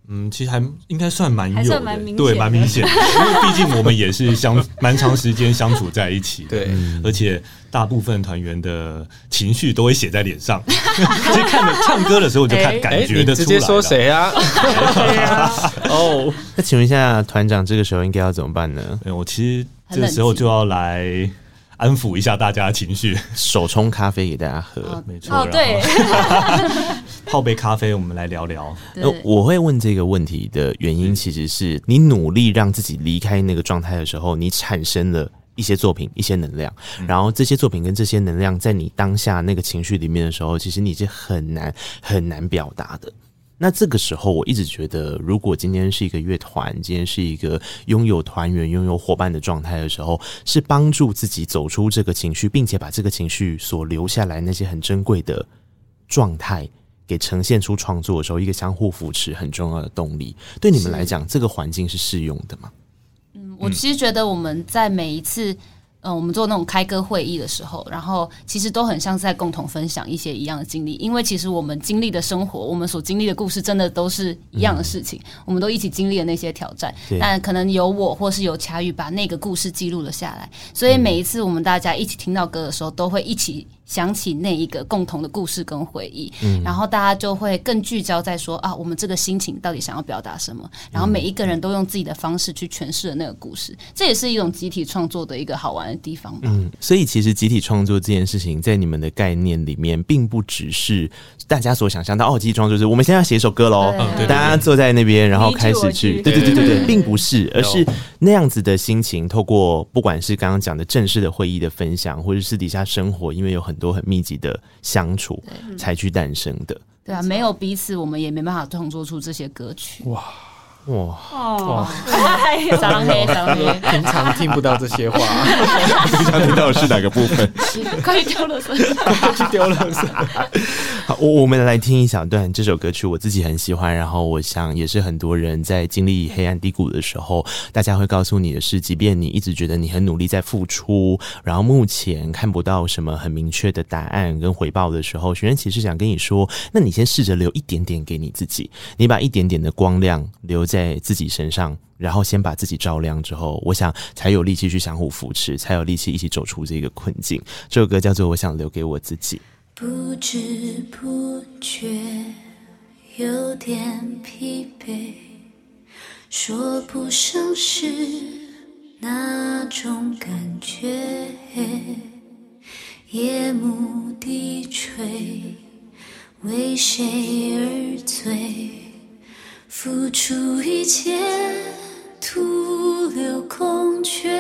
其实还应该算蛮有还的， 算蛮明显的对，蛮明显的，因为毕竟我们也是蛮长时间相处在一起的， 对， 而且大部分团员的情绪都会写在脸上，其实看着唱歌的时候就感觉得出来了。 你直接说谁啊？哦， 那请问一下团长，这个时候应该要怎么办呢？ 我其实这个时候就要来安抚一下大家的情绪， 手冲咖啡给大家喝， 没错。 对， 泡杯咖啡，我们来聊聊。 我会问这个问题的原因，其实是你努力让自己离开那个状态的时候，你产生了一些作品、一些能量，然后这些作品跟这些能量，在你当下那个情绪里面的时候，其实你是很难表达的。那这个时候，我一直觉得，如果今天是一个乐团，今天是一个拥有团员、拥有伙伴的状态的时候，是帮助自己走出这个情绪，并且把这个情绪所留下来那些很珍贵的状态给呈现出创作的时候，一个相互扶持很重要的动力。对你们来讲，这个环境是适用的吗？ 我其实觉得我们在每一次我们做那种开歌会议的时候，然后其实都很像是在共同分享一些一样的经历，因为其实我们经历的生活，我们所经历的故事，真的都是一样的事情，我们都一起经历了那些挑战，但可能有我或是有恰宇把那个故事记录了下来，所以每一次我们大家一起听到歌的时候，都会一起想起那一个共同的故事跟回忆，然后大家就会更聚焦在说我们这个心情到底想要表达什么，然后每一个人都用自己的方式去诠释了那个故事，这也是一种集体创作的一个好玩的地方吧。 所以其实集体创作这件事情，在你们的概念里面，并不只是大家所想象到集体创作就是我们现在要写一首歌喽，大家坐在那边，然后开始去，对，并不是，而是那样子的心情，透过不管是刚刚讲的正式的会议的分享，或者私底下生活，因为有很多很密集的相处，才去诞生的。 对啊，没有彼此，我们也没办法创作出这些歌曲。 哇！ 撒浪嘿， 平常听不到这些话， 平常听到的是哪个部分？ 快去丢垃圾， 快去丢垃圾。 好，我们来听一小段这首歌曲，我自己很喜欢，然后我想也是很多人在经历黑暗低谷的时候，大家会告诉你的是，即便你一直觉得你很努力在付出，然后目前看不到什么很明确的答案跟回报的时候，学员其实想跟你说，那你先试着留一点点给你自己，你把一点点的光亮留在自己身上，然后先把自己照亮之后，我想才有力气去相互扶持，才有力气一起走出这个困境。这首歌叫做《我想留给我自己》。 不知不觉有点疲惫，说不上是那种感觉，夜幕低垂，为谁而醉，付出一切，徒留空缺。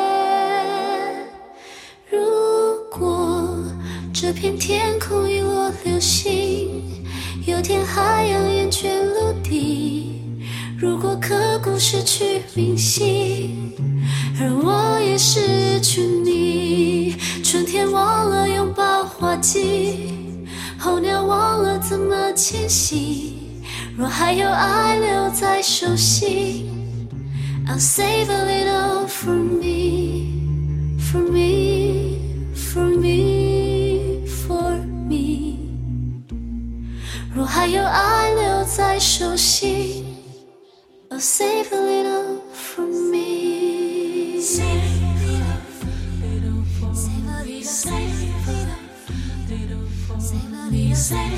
如果这片天空遗落流星，有天海洋厌倦陆地，如果刻骨失去明星，而我也失去你，春天忘了拥抱花季，候鸟忘了怎么迁徙，若还有爱留在手心， I'll save a little for me, for me, for me, for me. 若还有爱留在手心， I'll save a little for me. Save a little for me. Save a little, save a little for me. Save a little,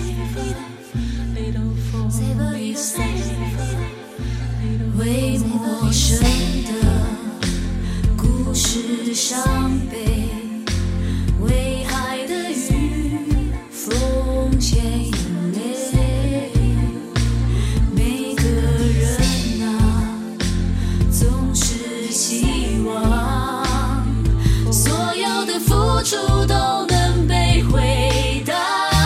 save a little, save a little. 为陌生的故事伤悲，为海的雨风险眼泪，每个人啊总是希望所有的付出都能被回答。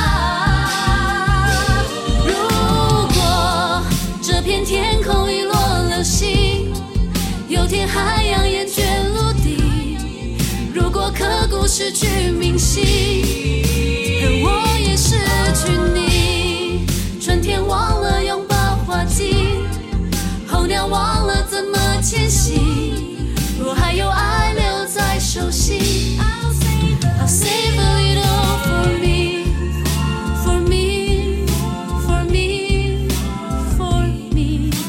如果这片天空遗落流星，有天海洋厌倦陆地，如果刻骨失去明星，而我也失去你，春天忘了拥抱花季，候鸟忘了怎么迁徙，若还有爱留在手心， I'll save a little for me, for me, for me, for me.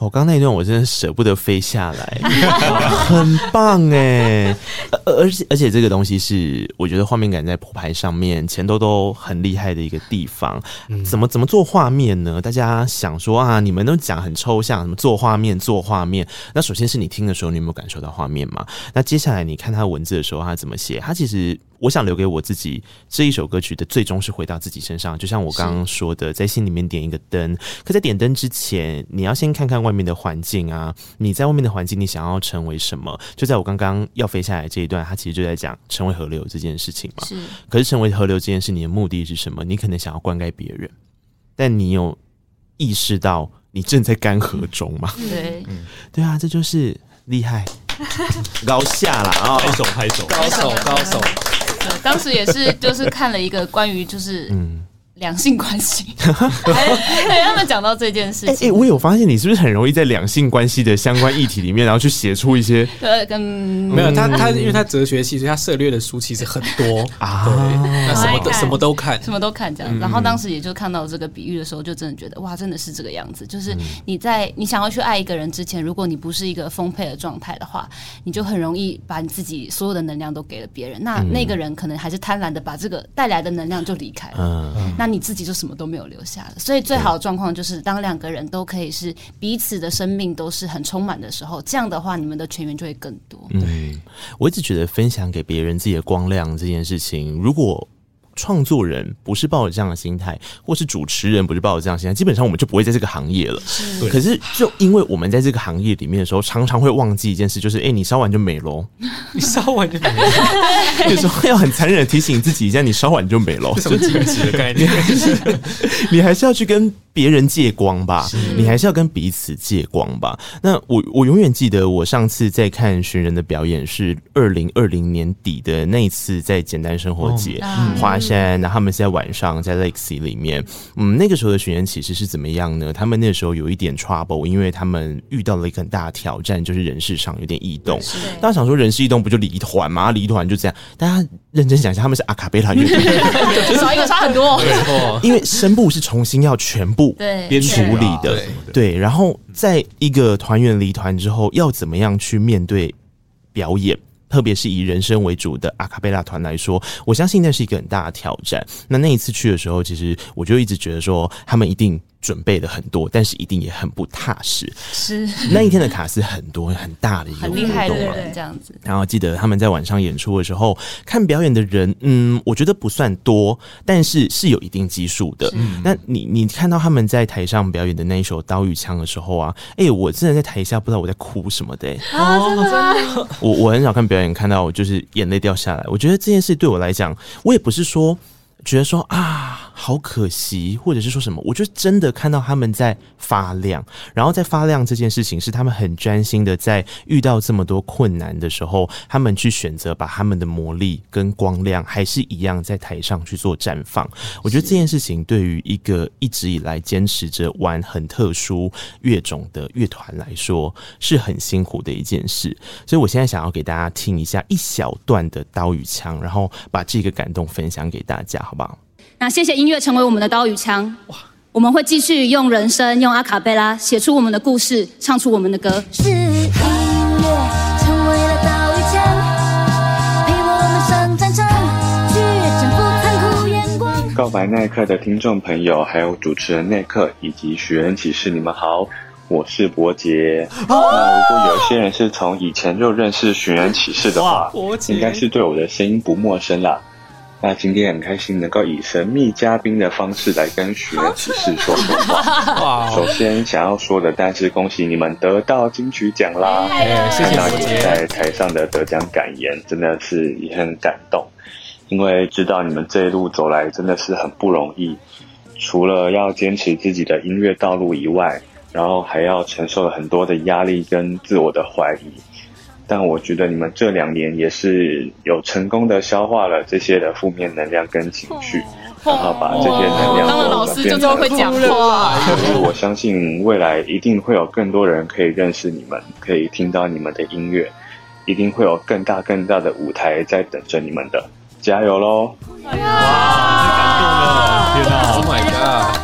我刚那一段我真的舍不得飞下来，很棒哎！而且这个东西是我觉得画面感在铺排上面，钱都很厉害的一个地方。怎么做画面呢？大家想说啊，你们都讲很抽象，什么做画面。那首先是你听的时候，你有没有感受到画面嘛？那接下来你看他文字的时候，他怎么写？他其实我想留给我自己这一首歌曲的最终是回到自己身上，就像我刚刚说的，在心里面点一个灯。可在点灯之前，你要先看看外面的环境啊，你在外面的环境，你想要成为什么？就在我刚刚要飞下来这一段，他其实就在讲成为河流这件事情嘛。是，可是成为河流这件事，你的目的是什么？你可能想要灌溉别人，但你有意识到你正在干涸中嘛？对，对啊，这就是厉害，高下啦啊！ 拍手， 高手。 当时也是，就是看了一个关于就是两性关系，对他们讲到这件事情。 我有发现你是不是很容易在两性关系的相关议题里面，然后去写出一些没有他，因为他哲学系，所以他涉猎的书其实很多啊，对，那什么都看这样。然后当时也就看到这个比喻的时候，就真的觉得哇，真的是这个样子。就是你想要去爱一个人之前，如果你不是一个丰沛的状态的话，你就很容易把你自己所有的能量都给了别人。那个人可能还是贪婪的把这个带来的能量就离开了。那你自己就什么都没有留下了，所以最好的状况就是当两个人都可以是彼此的生命都是很充满的时候，这样的话你们的全员就会更多。 我一直觉得分享给别人自己的光亮这件事情，如果创作人不是抱着这样的心态，或是主持人不是抱着这样的心态，基本上我们就不会在这个行业了。可是就因为我们在这个行业里面的时候，常常会忘记一件事，就是你烧完就没咯， 你烧完就没了。 有时候要很残忍的提醒自己一下，你烧完就没咯， 这什么禁止的概念？ 你还是要去跟别人借光吧，你还是要跟彼此借光吧。那我永远记得我上次在看寻人的表演是2020年底的那一次，在简单生活节华山，那他们是在晚上在 Lake Sea 里面。那个时候的寻人启事是怎么样呢？他们那时候有一点 trouble， 因为他们遇到了一个很大的挑战，就是人事上有点异动。大家想说人事异动不就离团吗？离团就这样。大家认真想一下，他们是阿卡贝拉乐队， 少一个差很多。 因为声部是重新要全部编处理的，对。然后在一个团员离团之后，要怎么样去面对表演？特别是以人声为主的阿卡贝拉团来说，我相信那是一个很大的挑战。那一次去的时候，其实我就一直觉得说，他们一定准备了很多，但是一定也很不踏实。是那一天的卡司很多很大的一个很厉害的人这样子。 然后记得他们在晚上演出的时候，看表演的人，我觉得不算多，但是有一定基数的。那你看到他们在台上表演的那一首《刀与枪》的时候啊，我真的在台下不知道我在哭什么的。 真的吗？ 我很少看表演，看到我就是眼泪掉下来。我觉得这件事对我来讲，我也不是说觉得说啊好可惜，或者是说什么，我就真的看到他们在发亮，然后在发亮这件事情是他们很专心的，在遇到这么多困难的时候，他们去选择把他们的魔力跟光亮还是一样在台上去做绽放。我觉得这件事情对于一个一直以来坚持着玩很特殊乐种的乐团来说是很辛苦的一件事，所以我现在想要给大家听一下一小段的刀与枪，然后把这个感动分享给大家好不好？ 那谢谢音乐成为我们的刀与枪，我们会继续用人声、用阿卡贝拉写出我们的故事，唱出我们的歌。是音乐成为了刀与枪，陪我们上战场，去征服残酷眼光。 告白那一刻的听众朋友，还有主持人那刻以及寻人启事，你们好，我是伯杰。那如果有一些人是从以前就认识寻人启事的话，应该是对我的声音不陌生啦。那今天很开心能够以神秘嘉宾的方式来跟寻人启事说说话。首先想要说的，但是恭喜你们得到金曲奖啦！看到你们在台上的得奖感言，真的是也很感动，因为知道你们这一路走来真的是很不容易，除了要坚持自己的音乐道路以外，然后还要承受了很多的压力跟自我的怀疑。但我觉得你们这2年也是有成功的消化了这些的负面能量跟情绪，然后把这些能量都转变成会讲话。所以我相信未来一定会有更多人可以认识你们，可以听到你们的音乐，一定会有更大的舞台在等着你们的，加油咯！ 哇，太感动了！天哪 ！Oh my god！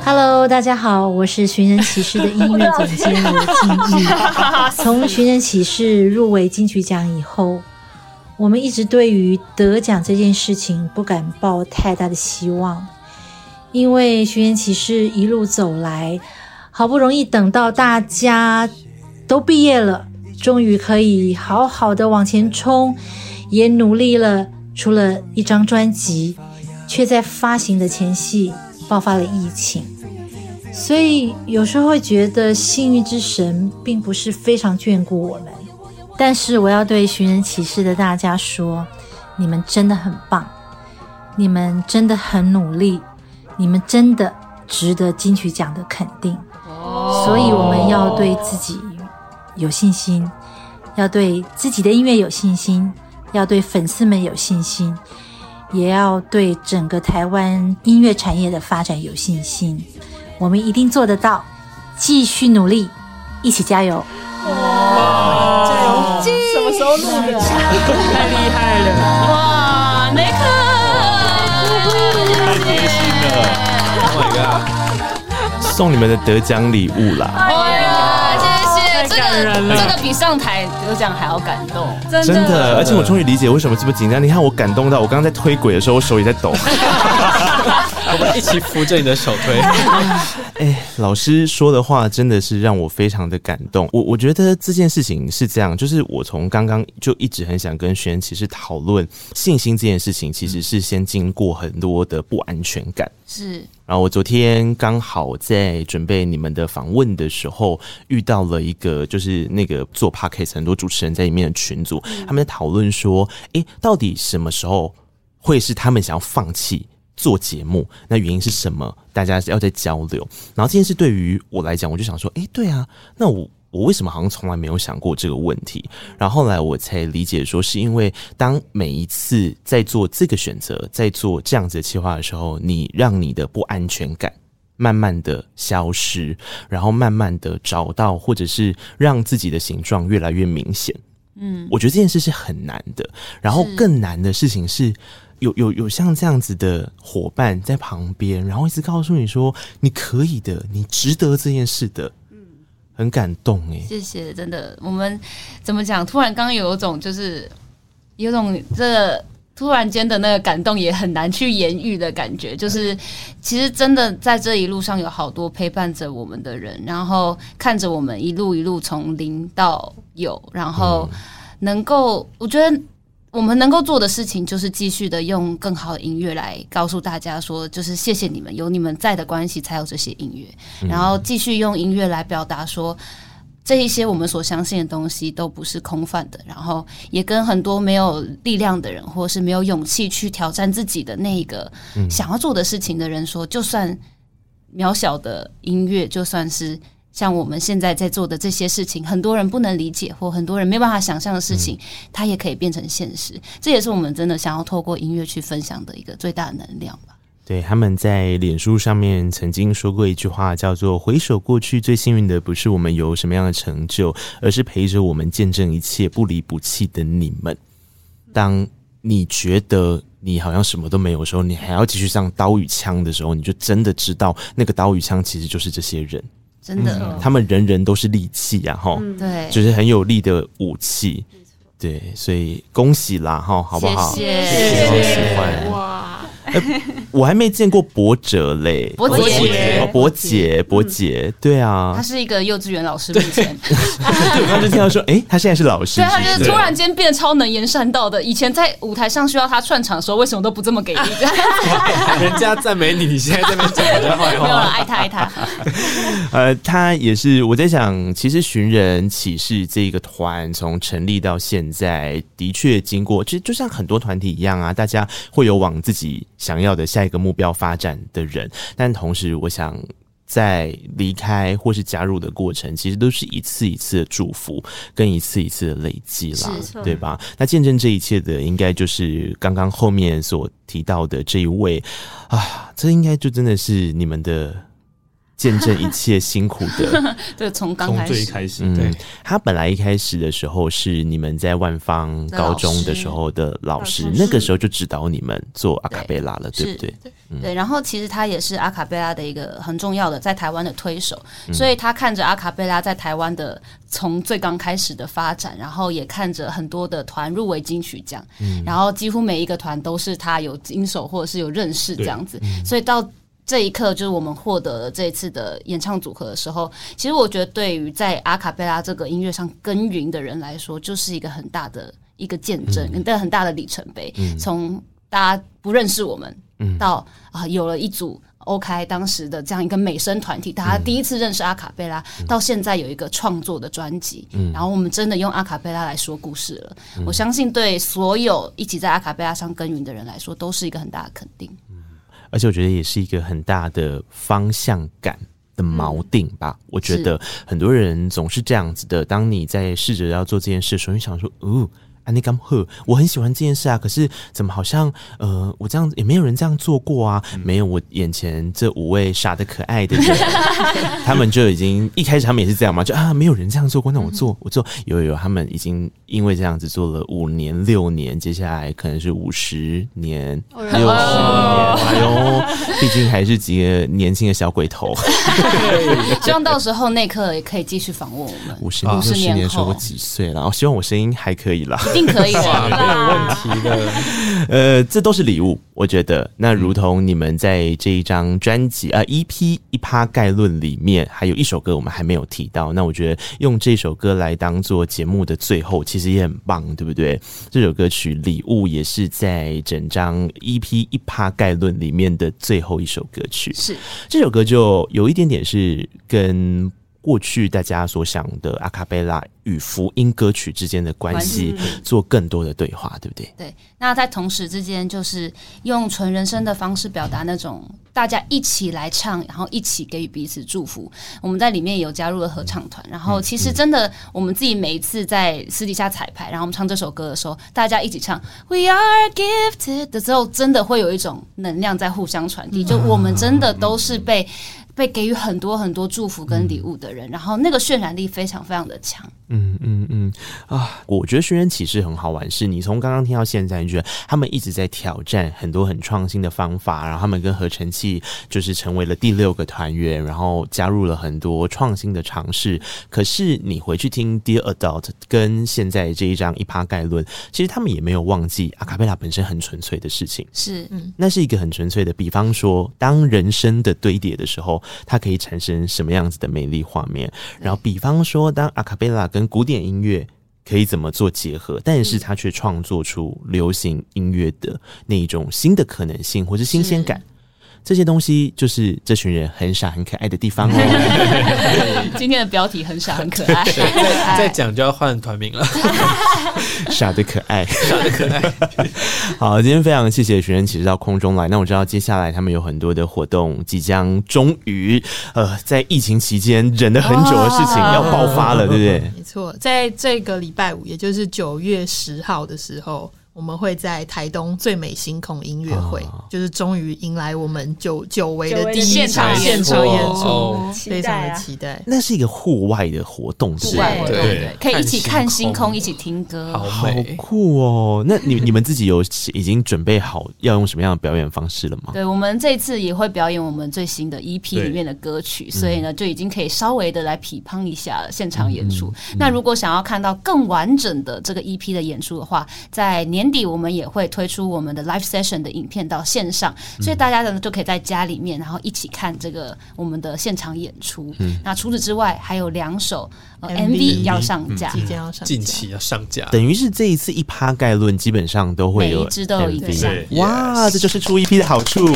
Hello， 大家好，我是寻人启事的音乐总监罗静义。从寻人启事入围金曲奖以后，我们一直对于得奖这件事情不敢抱太大的希望，因为寻人启事一路走来，好不容易等到大家都毕业了，终于可以好好的往前冲，也努力了，出了一张专辑，却在发行的前夕爆发了疫情。所以有时候会觉得幸运之神并不是非常眷顾我们，但是我要对寻人启事的大家说，你们真的很棒，你们真的很努力，你们真的值得金曲奖的肯定。所以我们要对自己有信心，要对自己的音乐有信心，要对粉丝们有信心，也要对整个台湾音乐产业的发展有信心。我们一定做得到，继续努力，一起加油！ 加油！什么时候录的？太厉害了！ 哇，那太贴心了 ！Oh my god！ 送你们的得奖礼物啦！ 哎呀，谢谢！这个比上台得奖还要感动， 真的！而且我终于理解为什么这么紧张。你看我感动到，我刚刚在推轨的时候，我手也在抖。 我们一起扶着你的手推。 老师说的话真的是让我非常的感动。我觉得这件事情是这样，就是我从刚刚就一直很想跟寻人启事讨论信心这件事情，其实是先经过很多的不安全感。 是。 然后我昨天刚好在准备你们的访问的时候，遇到了一个就是那个做 podcast 很多主持人在里面的群组，他们在讨论说，到底什么时候会是他们想要放弃做节目，那原因是什么？大家要在交流。然后这件事对于我来讲，我就想说，对啊，那我为什么好像从来没有想过这个问题？然后后来我才理解说，是因为当每一次在做这个选择，在做这样子的企划的时候，你让你的不安全感慢慢的消失，然后慢慢的找到，或者是让自己的形状越来越明显。我觉得这件事是很难的。然后更难的事情是有像这样子的伙伴在旁边，然后一直告诉你说你可以的，你值得这件事的，很感动谢谢，真的。我们怎么讲？突然刚刚有一种就是有种这突然间的那个感动，也很难去言喻的感觉。就是其实真的在这一路上有好多陪伴着我们的人，然后看着我们一路一路从零到有，然后能够，我觉得我们能够做的事情就是继续的用更好的音乐来告诉大家说，就是谢谢你们，有你们在的关系才有这些音乐，然后继续用音乐来表达说这一些我们所相信的东西都不是空泛的，然后也跟很多没有力量的人或是没有勇气去挑战自己的那个想要做的事情的人说，就算渺小的音乐，就算是像我们现在在做的这些事情，很多人不能理解或很多人没办法想象的事情，它也可以变成现实。这也是我们真的想要透过音乐去分享的一个最大的能量吧。 对，他们在脸书上面曾经说过一句话，叫做回首过去，最幸运的不是我们有什么样的成就，而是陪着我们见证一切不离不弃的你们。当你觉得你好像什么都没有的时候，你还要继续上刀与枪的时候，你就真的知道那个刀与枪其实就是这些人， 真的， 他们人人都是利器啊， 对， 就是很有力的武器。对，所以恭喜啦，好不好？ 谢谢， 好喜欢哇！我还没见过博哲嘞， 博姐，对啊， 他是一个幼稚园老师目前。 对，我刚就听到说，他现在是老师， 对，他就是突然间变得超能言善道的。以前在舞台上需要他串场的时候，为什么都不这么给力？ 人家赞美你，你现在在那边讲人家坏话， 没有了，爱他。 他也是我在想，其实寻人启事这个团从成立到现在，的确经过，就像很多团体一样啊，大家会有往自己想要的下一个目标发展的人，但同时我想在离开或是加入的过程，其实都是一次一次的祝福跟一次一次的累积啦，对吧？那见证这一切的应该就是刚刚后面所提到的这一位啊，这应该就真的是你们的见证一切辛苦的。 对，从最开始， 对，他本来一开始的时候是你们在万芳高中的时候的老师，那个时候就指导你们做阿卡贝拉了，对不对？ 对，然后其实他也是阿卡贝拉的一个很重要的在台湾的推手，所以他看着阿卡贝拉在台湾的从最刚开始的发展，然后也看着很多的团入围金曲奖，然后几乎每一个团都是他有经手或者是有认识这样子，所以到这一刻就是我们获得了这一次的演唱组合的时候，其实我觉得对于在阿卡贝拉这个音乐上耕耘的人来说，就是一个很大的一个见证，很大的里程碑。从大家不认识我们到有了一组OK 当时的这样一个美声团体，大家第一次认识阿卡贝拉，到现在有一个创作的专辑，然后我们真的用阿卡贝拉来说故事了。我相信对所有一起在阿卡贝拉上耕耘的人来说，都是一个很大的肯定。 而且我觉得也是一个很大的方向感的锚定吧。我觉得很多人总是这样子的，当你在试着要做这件事的时候，你想说你刚好我很喜欢这件事啊，可是怎么好像我这样也没有人这样做过啊，没有，我眼前这5位傻的可爱的人他们就已经一开始他们也是这样嘛，就没有人这样做过，那我做有他们已经因为这样子做了5年6年，接下来可能是50年60年，毕竟还是几个年轻的小鬼头希望到时候内克也可以继续访问我们 50年说我几岁了，希望我声音还可以啦， 一定可以的， 没有问题的。 这都是礼物，我觉得。那如同你们在这一张专辑EP 一趴概论里面，还有一首歌我们还没有提到，那我觉得用这首歌来当做节目的最后，其实也很棒，对不对？这首歌曲《礼物》也是在整张 EP 一趴概论里面的最后一首歌曲。 是这首歌就有一点点是跟过去大家所想的阿卡贝拉与福音歌曲之间的关系做更多的对话，对不对？ 对，那在同时之间就是用纯人声的方式表达那种大家一起来唱，然后一起给予彼此祝福。我们在里面有加入了合唱团，然后其实真的我们自己每一次在私底下彩排，然后我们唱这首歌的时候，大家一起唱 We are gifted 的时候，真的会有一种能量在互相传递，就我们真的都是被给予很多很多祝福跟礼物的人，然后那个渲染力非常非常的强。 我觉得寻人启事很好玩，是你从刚刚听到现在，你觉得他们一直在挑战很多很创新的方法，然后他们跟合成器就是成为了第6个团员，然后加入了很多创新的尝试。可是你回去听 Dear Adult 跟现在这一张一趴概论，其实他们也没有忘记阿卡贝拉本身很纯粹的事情， 是那是一个很纯粹的。比方说当人声的堆叠的时候，它可以产生什么样子的美丽画面，然后比方说当阿卡贝拉跟古典音乐可以怎么做结合，但是它却创作出流行音乐的那一种新的可能性或是新鲜感。这些东西就是这群人很傻很可爱的地方哦。 今天的标题很傻很可爱， 再讲就要换团名了。 傻的可爱， 傻的可爱。 好，今天非常谢谢寻人启事到空中来。那我知道接下来他们有很多的活动即将终于在疫情期间忍了很久的事情要爆发了，对不对？ 没错，在这个礼拜5，也就是9月10号的时候，我们会在台东最美星空音乐会，就是终于迎来我们久违的第一场现场演出，非常的期待。 那是一个户外的活动， 户外活动，对，可以一起看星空，一起听歌， 好酷哦！那你们自己有已经准备好要用什么样的表演方式了吗？ 对，我们这次也会表演我们最新的 EP 里面的歌曲，所以呢就已经可以稍微的来匹乓一下现场演出。那如果想要看到更完整的这个 EP 的演出的话，在年底我们也会推出我们的 live session 的影片到线上，所以大家呢就可以在家里面然后一起看这个我们的现场演出。那除此之外还有2首MV 要上架， 即将要上架， 近期要上架， 等于是这一次一趴概论基本上都会有每一支都有影像。 哇，这就是出 EP 的好处。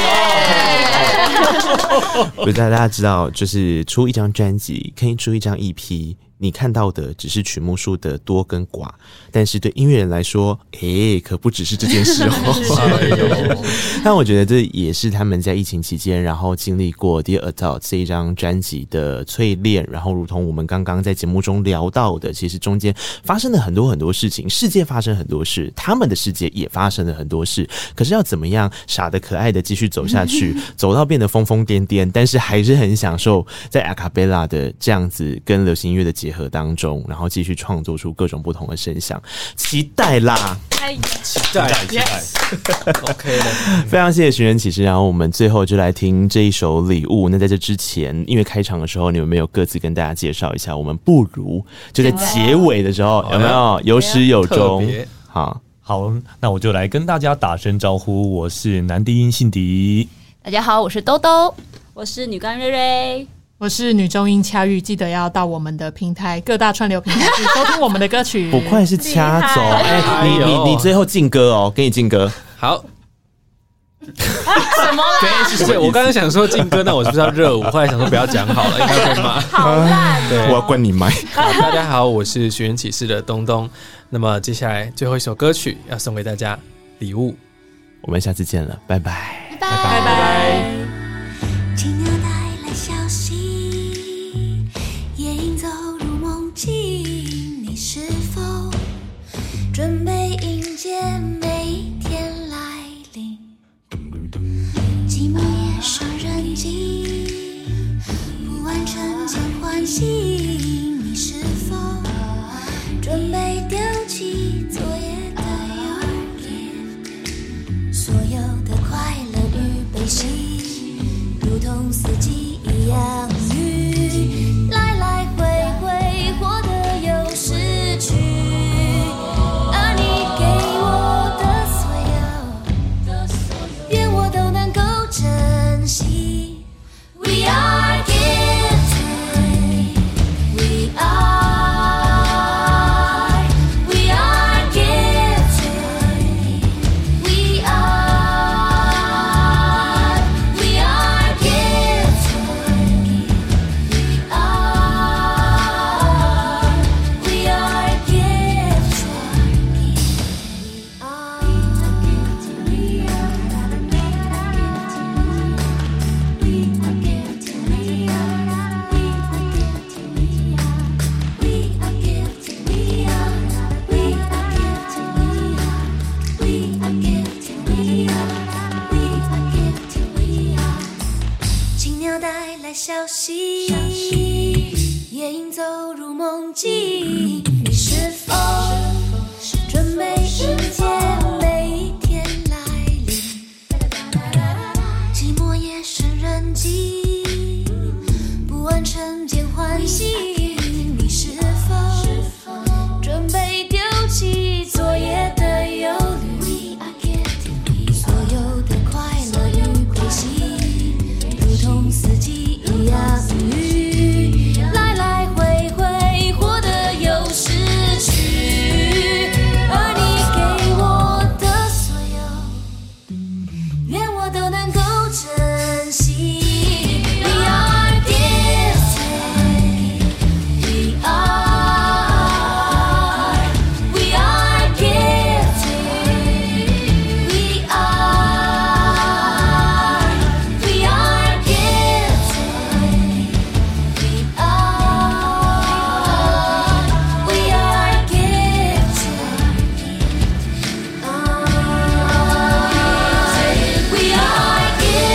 不是大家知道，就是出一张专辑可以出一张 EP，你看到的只是曲目数的多跟寡，但是对音乐人来说，可不只是这件事哦。但我觉得这也是他们在疫情期间，然后经历过 Dear Adult 这一张专辑的淬炼，然后如同我们刚刚在节目中聊到的，其实中间发生了很多很多事情，世界发生很多事，他们的世界也发生了很多事，可是要怎么样傻的可爱的继续走下去，走到变得疯疯癫癫，但是还是很享受在阿卡贝拉的这样子跟流行音乐的结结合当中，然后继续创作出各种不同的声响，期待啦！ 期待 ，OK 的， 非常谢谢寻人启事。然后我们最后就来听这一首《礼物》。那在这之前，因为开场的时候你们没有各自跟大家介绍一下，我们不如就在结尾的时候有没有有始有终？ 好，那我就来跟大家打声招呼。我是男低音信迪， 大家好，我是兜兜， 我是女高音瑞瑞。 我是女中音恰玉，记得要到我们的平台各大串流平台去收听我们的歌曲。 不愧是掐走，你最后进歌哦，给你进歌。 好， 什么啦？ 对，我刚刚想说进歌，那我是不是要热舞？后来想说不要讲好了，应该会骂。 好烂， 对， 我要关你麦。 大家好，我是寻人启事的东东。那么接下来最后一首歌曲要送给大家，礼物。 我们下次见了，拜拜， 拜拜。 轻鸟带来消息，夜莺走入梦境，你是否准备迎接每一天来临？寂寞夜深人静，不完成间唤醒，你是否准备丢弃昨夜的忧虑？所有的快乐与悲喜，如同四季一样雨，来来回回，活得有失去。而你给我的所有，愿我都能够珍惜。We are gifted, we are gifted, we are gifted, we are gifted, we are。青鸟带来消息，夜莺走入梦境，你是否准备迎接每一天来临？寂寞夜深人静，不完成间唤醒，你是否准备丢弃昨夜的忧虑？所有的快乐与悲喜，如同四季一样雨，来来回回，活得有失去。而你给我的所有，愿我都能够珍惜。We are gifted, we are gifted, we are gifted, we are gifted, we are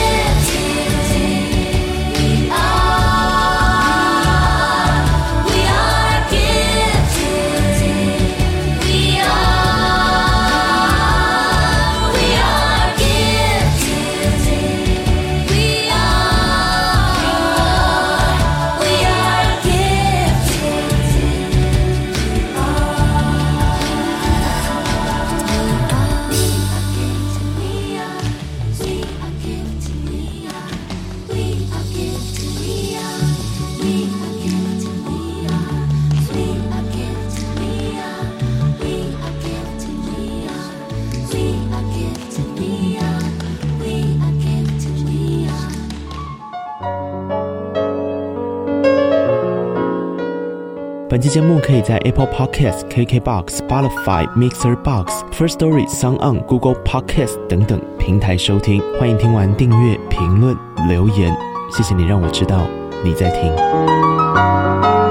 gifted。 本期节目可以在 Apple Podcast、KKBox、Spotify、Mixer Box、Firstory、SoundOn、Google Podcast 等等平台收听。欢迎听完订阅、评论、留言，谢谢你让我知道你在听。